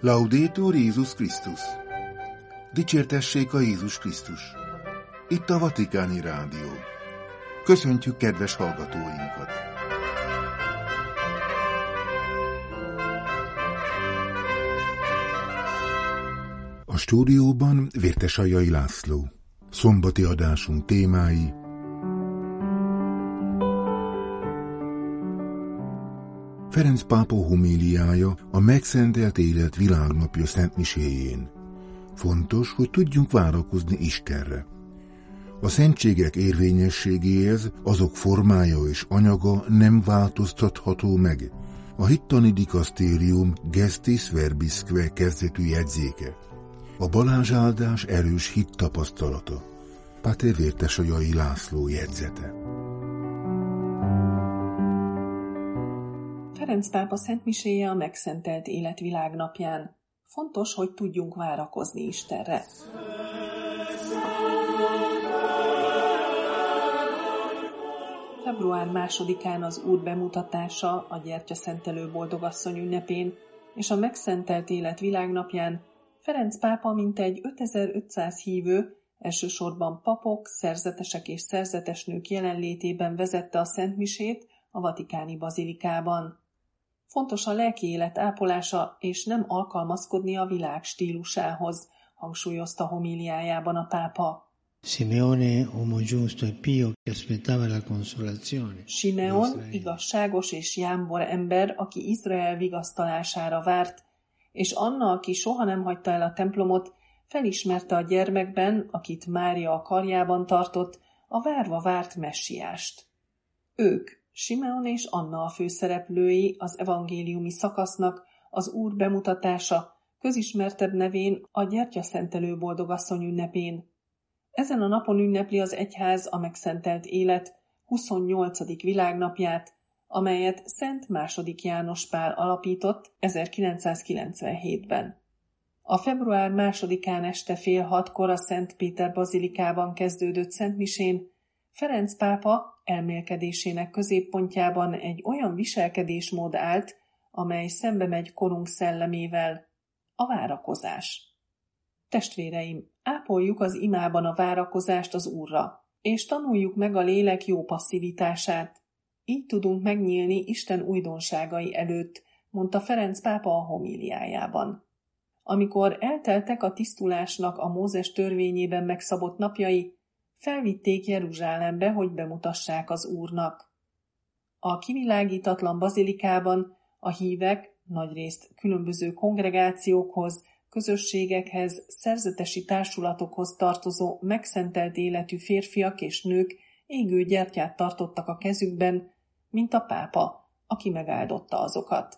Laudetur Jézus Krisztus! Dicsértessék a Jézus Krisztus! Itt a Vatikáni Rádió. Köszöntjük kedves hallgatóinkat! A stúdióban Vértesajai László. Szombati adásunk témái: Ferenc pápa homíliája a megszentelt élet világnapja szentmiséjén. Fontos, hogy tudjunk várakozni Istenre. A szentségek érvényességéhez azok formája és anyaga nem változtatható meg. A hittani dikasztérium Gestis Verbisque kezdetű jegyzéke. A balázsáldás erős hit tapasztalata. Páter Vértesajai László jegyzete. Ferenc pápa szentmiséje a megszentelt élet világnapján. Fontos, hogy tudjunk várakozni Istenre. Február 2-án az Úr bemutatása a Gyertyaszentelő Boldogasszony ünnepén és a megszentelt élet világnapján Ferenc pápa mintegy 5500 hívő, elsősorban papok, szerzetesek és szerzetesnők jelenlétében vezette a szentmisét a vatikáni bazilikában. Fontos a lelki élet ápolása, és nem alkalmazkodni a világ stílusához, hangsúlyozta homíliájában a pápa. Simeone, uomo giusto e pio, che aspettava la consolazione. Simeon, igazságos és jámbor ember, aki Izrael vigasztalására várt, és Anna, aki soha nem hagyta el a templomot, felismerte a gyermekben, akit Mária a karjában tartott, a várva várt messiást. Ők, Simeon és Anna a főszereplői az evangéliumi szakasznak, az Úr bemutatása, közismertebb nevén a Gyertyaszentelő Boldogasszony ünnepén. Ezen a napon ünnepli az egyház a megszentelt élet 28. világnapját, amelyet Szent II. János Pál alapított 1997-ben. A február 2-án este fél 6-kor a Szent Péter bazilikában kezdődött szentmisén Ferenc pápa elmélkedésének középpontjában egy olyan viselkedésmód állt, amely szembe megy korunk szellemével, a várakozás. Testvéreim, ápoljuk az imában a várakozást az Úrra, és tanuljuk meg a lélek jó passzivitását. Így tudunk megnyílni Isten újdonságai előtt, mondta Ferenc pápa a homíliájában. Amikor elteltek a tisztulásnak a Mózes törvényében megszabott napjai, felvitték Jeruzsálembe, hogy bemutassák az Úrnak. A kivilágítatlan bazilikában a hívek nagyrészt különböző kongregációkhoz, közösségekhez, szerzetesi társulatokhoz tartozó megszentelt életű férfiak és nők égő gyertyát tartottak a kezükben, mint a pápa, aki megáldotta azokat.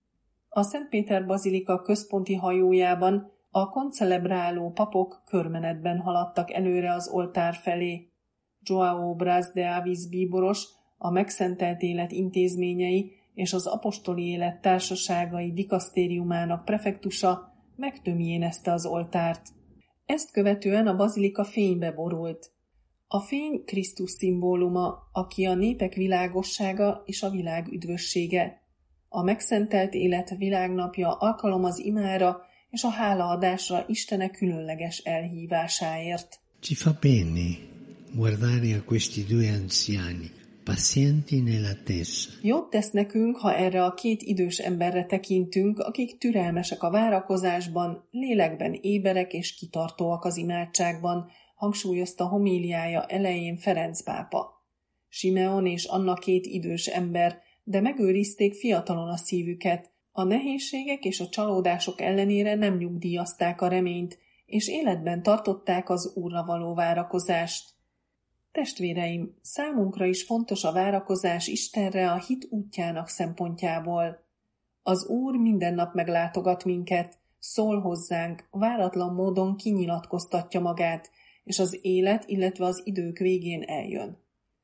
A Szent Péter bazilika központi hajójában a koncelebráló papok körmenetben haladtak előre az oltár felé. João Braz de Avis bíboros, a megszentelt élet intézményei és az apostoli élet társaságai dikasztériumának prefektusa megtömjénezte az oltárt. Ezt követően a bazilika fénybe borult. A fény Krisztus szimbóluma, aki a népek világossága és a világ üdvössége. A megszentelt élet világnapja alkalom az imára és a hálaadásra Istene különleges elhívásáért. Ci fa bene guardare a questi due anziani, pazienti nell'attesa. Jót tesz nekünk, ha erre a két idős emberre tekintünk, akik türelmesek a várakozásban, lélekben éberek és kitartóak az imádságban, hangsúlyozta homíliája elején Ferenc pápa. Simeon és Anna két idős ember, de megőrizték fiatalon a szívüket, a nehézségek és a csalódások ellenére nem nyugdíjazták a reményt, és életben tartották az Úrra való várakozást. Testvéreim, számunkra is fontos a várakozás Istenre a hit útjának szempontjából. Az Úr minden nap meglátogat minket, szól hozzánk, váratlan módon kinyilatkoztatja magát, és az élet, illetve az idők végén eljön.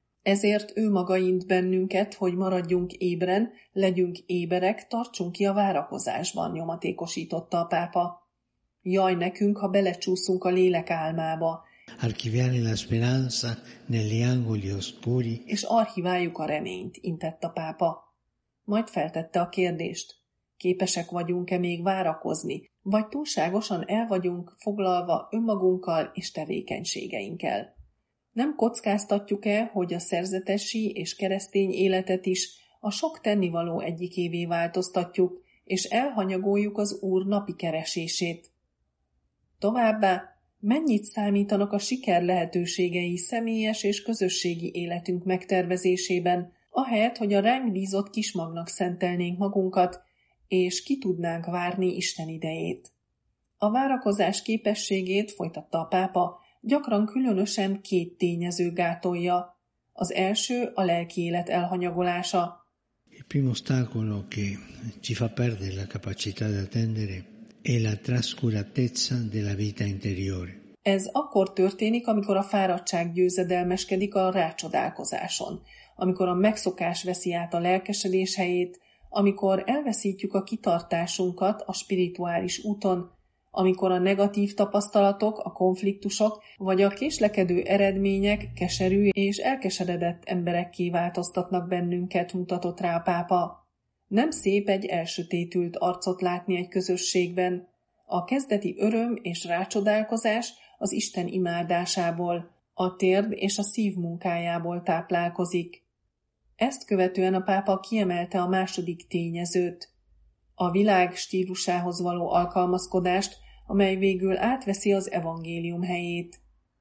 Ezért ő maga int bennünket, hogy maradjunk ébren, legyünk éberek, tartsunk ki a várakozásban, nyomatékosította a pápa. Jaj nekünk, ha belecsúszunk a lélek álmába, Archiviare la speranza negli angoli oscuri, és archiváljuk a reményt, intett a pápa. Majd feltette a kérdést. Képesek vagyunk-e még várakozni, vagy túlságosan el vagyunk foglalva önmagunkkal és tevékenységeinkkel. Nem kockáztatjuk-e, hogy a szerzetesi és keresztény életet is a sok tennivaló egyikévé változtatjuk, és elhanyagoljuk az Úr napi keresését? Továbbá, mennyit számítanak a siker lehetőségei személyes és közösségi életünk megtervezésében, ahelyett, hogy a ránk bízott kismagnak szentelnénk magunkat, és ki tudnánk várni Isten idejét. A várakozás képességét, folytatta a pápa, gyakran különösen 2 tényező gátolja. Az első a lelki élet elhanyagolása. Il primo ostacolo che ci fa perdere la capacità di attendere è la trascuratezza della vita interiore. Ez akkor történik, amikor a fáradtság győzedelmeskedik a rácsodálkozáson, amikor a megszokás veszi át a lelkesedés helyét, amikor elveszítjük a kitartásunkat a spirituális úton, amikor a negatív tapasztalatok, a konfliktusok vagy a késlekedő eredmények keserű és elkeseredett emberekké változtatnak bennünket, mutatott rá a pápa. Nem szép egy elsötétült arcot látni egy közösségben. A kezdeti öröm és rácsodálkozás az Isten imádásából, a térd és a szív munkájából táplálkozik. Ezt követően a pápa kiemelte a második tényezőt, a világ stílusához való alkalmazkodást, amely végül átveszi az evangélium helyét.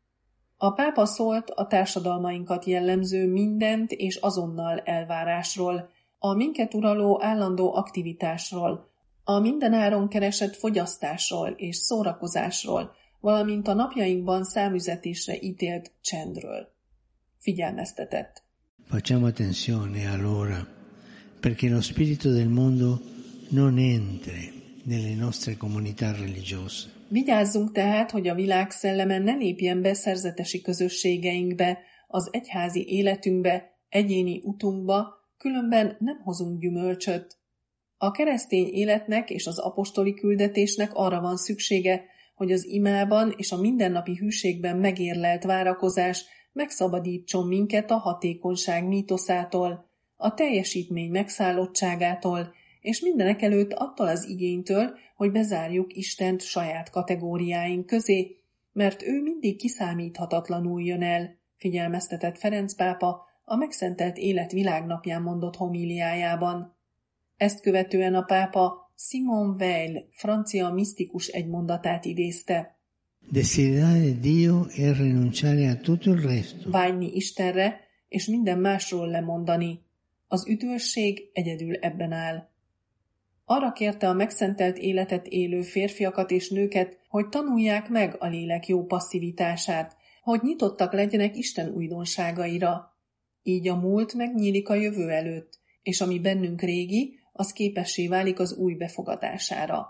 A pápa szólt a társadalmainkat jellemző mindent és azonnal elvárásról, a minket uraló állandó aktivitásról, a mindenáron keresett fogyasztásról és szórakozásról, valamint a napjainkban számüzetésre ítélt csendről. Figyelmeztetett. Facciamo attenzione allora, perché lo spirito del mondo non entra nelle nostre comunità religiose. Vigyázzunk tehát, hogy a világ szelleme ne lépjen be szerzetesi közösségeinkbe, az egyházi életünkbe, egyéni utunkba, különben nem hozunk gyümölcsöt. A keresztény életnek és az apostoli küldetésnek arra van szüksége, hogy az imában és a mindennapi hűségben megérlelt várakozás megszabadítson minket a hatékonyság mítoszától, a teljesítmény megszállottságától, és mindenekelőtt attól az igénytől, hogy bezárjuk Istent saját kategóriáink közé, mert ő mindig kiszámíthatatlanul jön el, figyelmeztetett Ferenc pápa a megszentelt élet világnapján mondott homíliájában. Ezt követően a pápa Simone Weil, francia misztikus egymondatát idézte. Desiderare Dio e rinunciare a tutto il resto. Vágyni Istenre, és minden másról lemondani. Az üdvösség egyedül ebben áll. Arra kérte a megszentelt életet élő férfiakat és nőket, hogy tanulják meg a lélek jó passzivitását, hogy nyitottak legyenek Isten újdonságaira. Így a múlt megnyílik a jövő előtt, és ami bennünk régi, az képessé válik az új befogadására.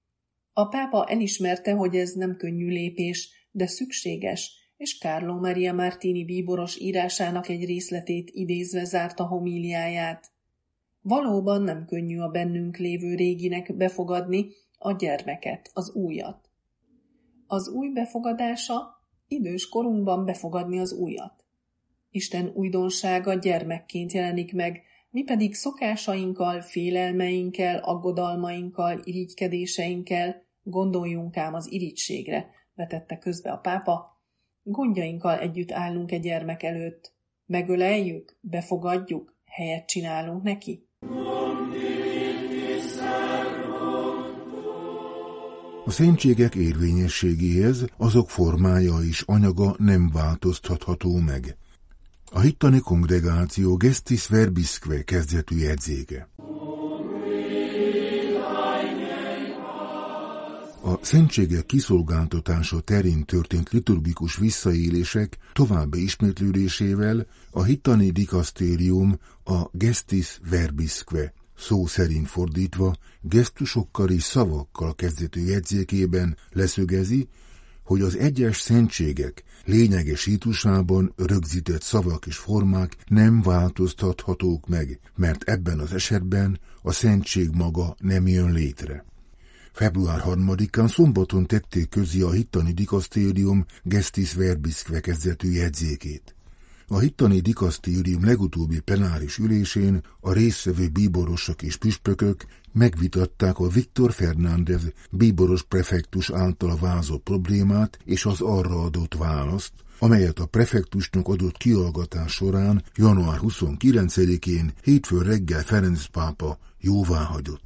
A pápa elismerte, hogy ez nem könnyű lépés, de szükséges, és Carlo Maria Martini bíboros írásának egy részletét idézve zárta homíliáját. Valóban nem könnyű a bennünk lévő réginek befogadni a gyermeket, az újat. Az új befogadása, idős korunkban befogadni az újat. Isten újdonsága gyermekként jelenik meg, mi pedig szokásainkkal, félelmeinkkel, aggodalmainkkal, irigykedéseinkkel, gondoljunk ám az irigységre, vetette közbe a pápa, gondjainkkal együtt állunk egy gyermek előtt. Megöleljük, befogadjuk, helyet csinálunk neki. A szentségek érvényességéhez azok formája és anyaga nem változtatható meg. A hittani kongregáció Gestis Verbisque kezdetű jegyzéke. A szentségek kiszolgáltatása terén történt liturgikus visszaélések további ismétlődésével a hittani dikasztérium a Gestis Verbisque, szó szerint fordítva, gesztusokkal és szavakkal kezdetű jegyzékében leszögezi, hogy az egyes szentségek lényeges rítusában rögzített szavak és formák nem változtathatók meg, mert ebben az esetben a szentség maga nem jön létre. Február 3-án szombaton tették közé a hittani dikasztérium Gestis Verbisque kezdetű jegyzékét. A hittani dikasztérium legutóbbi plenáris ülésén a résztvevő bíborosok és püspökök megvitatták a Víctor Fernández bíboros prefektus által vázolt problémát és az arra adott választ, amelyet a prefektusnak adott kihallgatás során január 29-én hétfőn reggel Ferenc pápa jóváhagyott.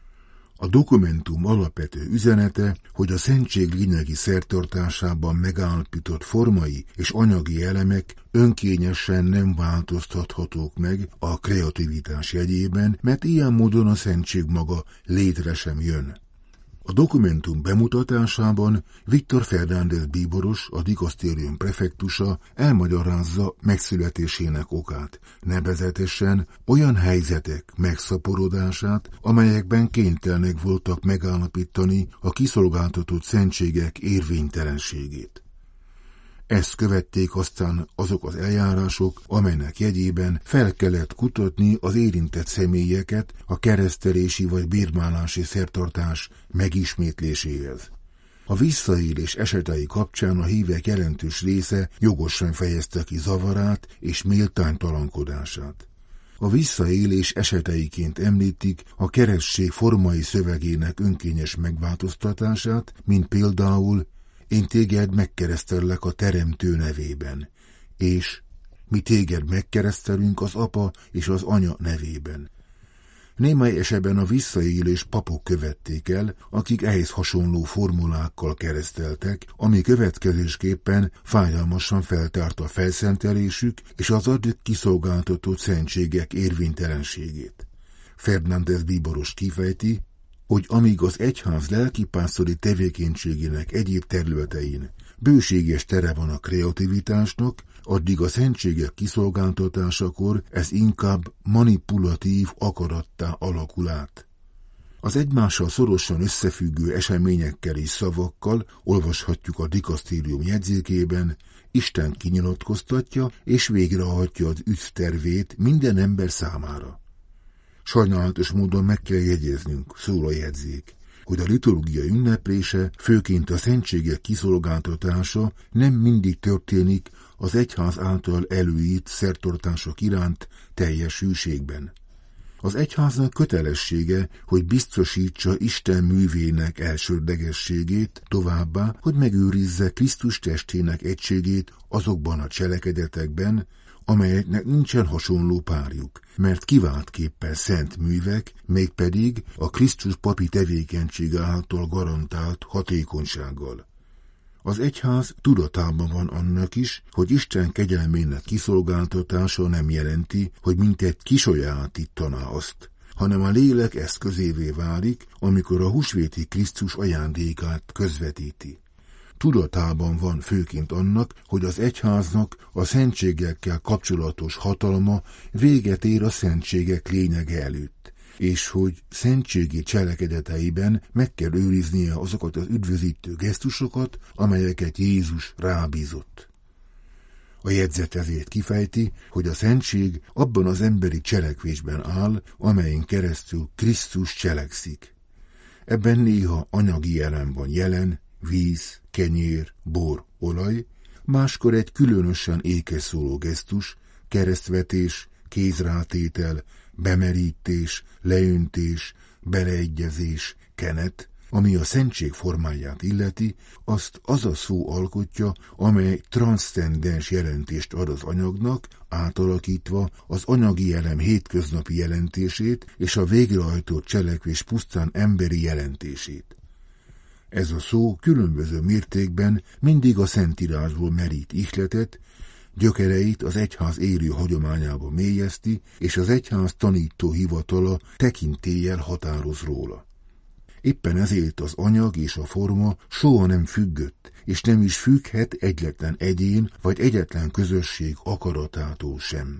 A dokumentum alapvető üzenete, hogy a szentség lényegi szertartásában megállapított formai és anyagi elemek önkényesen nem változtathatók meg a kreativitás jegyében, mert ilyen módon a szentség maga létre sem jön. A dokumentum bemutatásában Víctor Fernández bíboros, a dikasztérium prefektusa elmagyarázza megszületésének okát, nevezetesen olyan helyzetek megszaporodását, amelyekben kénytelenek voltak megállapítani a kiszolgáltatott szentségek érvénytelenségét. Ezt követték aztán azok az eljárások, amelynek jegyében fel kellett kutatni az érintett személyeket a keresztelési vagy bírmálási szertartás megismétléséhez. A visszaélés esetei kapcsán a hívek jelentős része jogosan fejezte ki zavarát és méltánytalankodását. A visszaélés eseteiként említik a keresztség formai szövegének önkényes megváltoztatását, mint például én téged megkeresztellek a Teremtő nevében, és mi téged megkeresztelünk az Apa és az Anya nevében. Némely esetben a visszaélés papok követték el, akik ehhez hasonló formulákkal kereszteltek, ami következésképpen fájdalmasan feltárta felszentelésük és az addig kiszolgáltatott szentségek érvénytelenségét. Fernández bíboros kifejti, hogy amíg az egyház lelkipásztori tevékenységének egyéb területein bőséges tere van a kreativitásnak, addig a szentségek kiszolgáltatásakor ez inkább manipulatív akarattá alakul át. Az egymással szorosan összefüggő eseményekkel és szavakkal olvashatjuk a dikasztérium jegyzékében, Isten kinyilatkoztatja és végrehajtja az ügytervét minden ember számára. Sajnálatos módon meg kell jegyeznünk, szól a jegyzék, hogy a liturgia ünneplése, főként a szentségek kiszolgáltatása nem mindig történik az egyház által előírt szertartások iránt teljes hűségben. Az egyháznak kötelessége, hogy biztosítsa Isten művének elsődlegességét, továbbá, hogy megőrizze Krisztus testének egységét azokban a cselekedetekben, amelyeknek nincsen hasonló párjuk, mert kiváltképpen szent művek, mégpedig a Krisztus papi tevékenysége által garantált hatékonysággal. Az egyház tudatában van annak is, hogy Isten kegyelmének kiszolgáltatása nem jelenti, hogy mintegy kisajátítaná azt, hanem a lélek eszközévé válik, amikor a húsvéti Krisztus ajándékát közvetíti. Tudatában van főként annak, hogy az egyháznak a szentségekkel kapcsolatos hatalma véget ér a szentségek lényege előtt, és hogy szentségi cselekedeteiben meg kell őriznie azokat az üdvözítő gesztusokat, amelyeket Jézus rábízott. A jegyzet ezért kifejti, hogy a szentség abban az emberi cselekvésben áll, amelyen keresztül Krisztus cselekszik. Ebben néha anyagi elem van jelen, víz, kenyér, bor, olaj, máskor egy különösen ékes szóló gesztus, keresztvetés, kézrátétel, bemerítés, leöntés, beleegyezés, kenet, ami a szentség formáját illeti, azt az a szó alkotja, amely transzcendens jelentést ad az anyagnak, átalakítva az anyagi elem hétköznapi jelentését és a végrehajtott cselekvés pusztán emberi jelentését. Ez a szó különböző mértékben mindig a Szentírásból merít ihletet, gyökereit az egyház élő hagyományába mélyezti, és az egyház tanító hivatala tekintéllyel határoz róla. Éppen ezért az anyag és a forma soha nem függött, és nem is függhet egyetlen egyén vagy egyetlen közösség akaratától sem.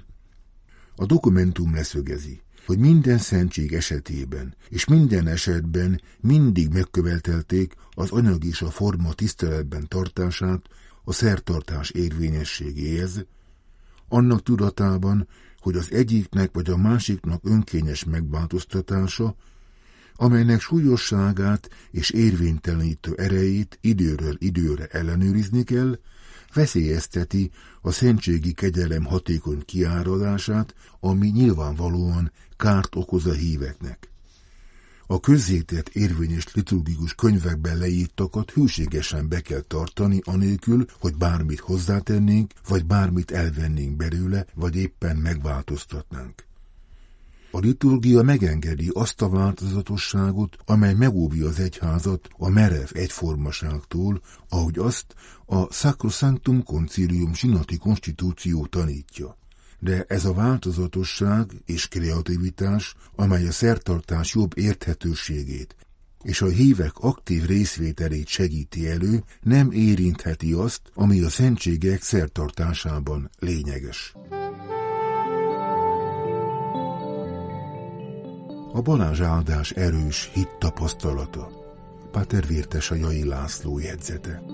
A dokumentum leszögezi, hogy minden szentség esetében és minden esetben mindig megkövetelték az anyag és a forma tiszteletben tartását a szertartás érvényességéhez, annak tudatában, hogy az egyiknek vagy a másiknak önkényes megváltoztatása, amelynek súlyosságát és érvénytelenítő erejét időről időre ellenőrizni kell, veszélyezteti a szentségi kegyelem hatékony kiáradását, ami nyilvánvalóan kárt okoz a híveknek. A közzétett érvényes liturgikus könyvekben leírtakat hűségesen be kell tartani anélkül, hogy bármit hozzátennénk, vagy bármit elvennénk belőle, vagy éppen megváltoztatnánk. A liturgia megengedi azt a változatosságot, amely megóvja az egyházat a merev egyformaságtól, ahogy azt a Sacrosanctum Concilium Sinati Konstitúció tanítja. De ez a változatosság és kreativitás, amely a szertartás jobb érthetőségét és a hívek aktív részvételét segíti elő, nem érintheti azt, ami a szentségek szertartásában lényeges. A Balázs áldás erős hittapasztalata. Páter Vértesajai László jegyzete.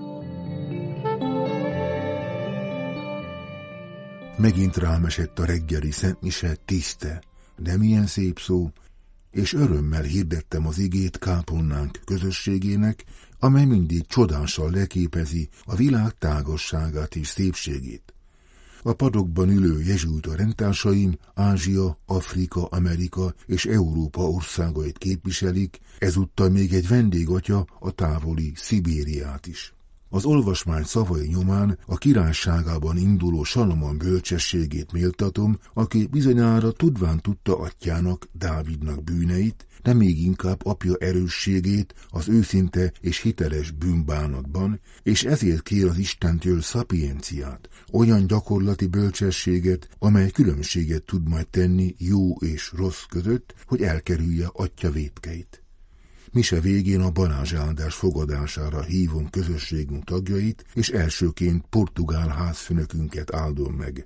Megint rám esett a reggeli szentmise tiszte, de milyen szép szó, és örömmel hirdettem az igét kápolnánk közösségének, amely mindig csodással leképezi a világ tágasságát és szépségét. A padokban ülő jezsuita rendtársaim Ázsia, Afrika, Amerika és Európa országait képviselik, ezúttal még egy vendégatya a távoli Szibériát is. Az olvasmány szavai nyomán a királyságában induló Salamon bölcsességét méltatom, aki bizonyára tudván tudta atyának, Dávidnak bűneit, de még inkább apja erősségét az őszinte és hiteles bűnbánatban, és ezért kér az Istentől szapienciát, olyan gyakorlati bölcsességet, amely különbséget tud majd tenni jó és rossz között, hogy elkerülje atya vétkeit. Mise végén a Balázs áldás fogadására hívom közösségünk tagjait, és elsőként portugál házfőnökünket áldom meg.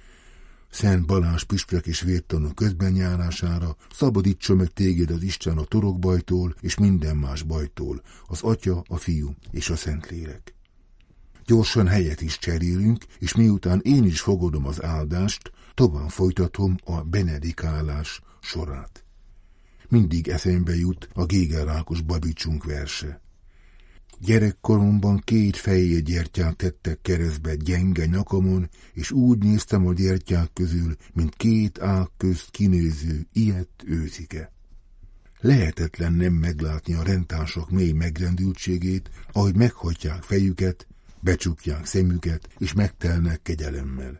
Szent Balázs püspök és vértanú közbenjárására szabadítsa meg téged az Isten a torogbajtól és minden más bajtól, az Atya, a Fiú és a Szentlélek. Gyorsan helyet is cserélünk, és miután én is fogadom az áldást, tovább folytatom a benedikálás sorát. Mindig eszembe jut a Géger Ákos babicsunk verse. Gyerekkoromban 2 fehér gyertyát tettek keresztbe gyenge nyakamon, és úgy néztem a gyertyák közül, mint 2 ág közt kinéző ilyet őszike. Lehetetlen nem meglátni a rendtársak mély megrendültségét, ahogy meghajtják fejüket, becsukják szemüket, és megtelnek kegyelemmel.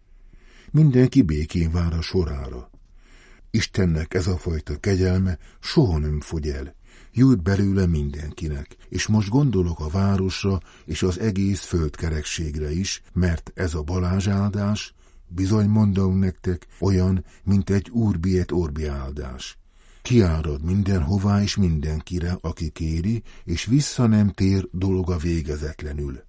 Mindenki békén vár a sorára. Istennek ez a fajta kegyelme soha nem fogy el, jut belőle mindenkinek, és most gondolok a városra és az egész földkerekségre is, mert ez a Balázs áldás, bizony mondom nektek, olyan, mint egy Urbi et Orbi áldás. Kiárad mindenhová és mindenkire, aki kéri, és vissza nem tér dolga végezetlenül.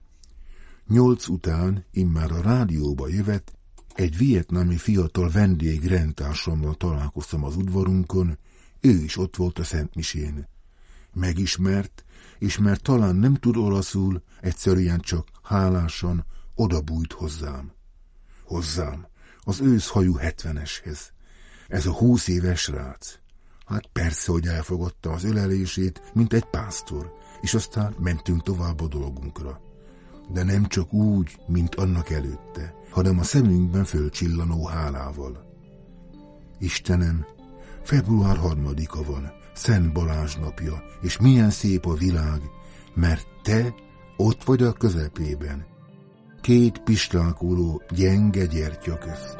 8 után immár a rádióba jövet, egy vietnámi fiatal vendég rendtársammal találkoztam az udvarunkon, ő is ott volt a szentmisén. Megismert, és mert talán nem tud olaszul, egyszerűen csak hálásan odabújt hozzám. Hozzám, az őszhajú 70-eshez. Ez a 20 éves srác. Hát persze, hogy elfogadta az ölelését, mint egy pásztor, és aztán mentünk tovább a dolgunkra. De nem csak úgy, mint annak előtte, hanem a szemünkben fölcsillanó hálával. Istenem, február 3-a van, Szent Balázs napja, és milyen szép a világ, mert te ott vagy a közepében, 2 pislákoló gyenge gyertya közt.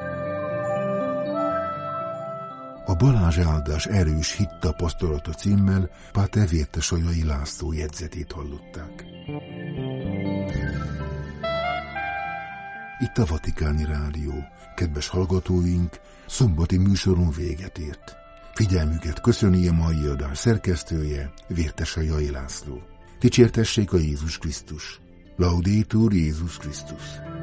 A Balázs áldás erős hittapasztalata címmel Páter Vértesajai László jegyzetét hallották. Itt a Vatikáni Rádió. Kedves hallgatóink, szombati műsoron véget ért. Figyelmüket köszöni a mai adás szerkesztője, Vértesajai László. Dicsértessék a Jézus Krisztus. Laudetur Jézus Krisztus.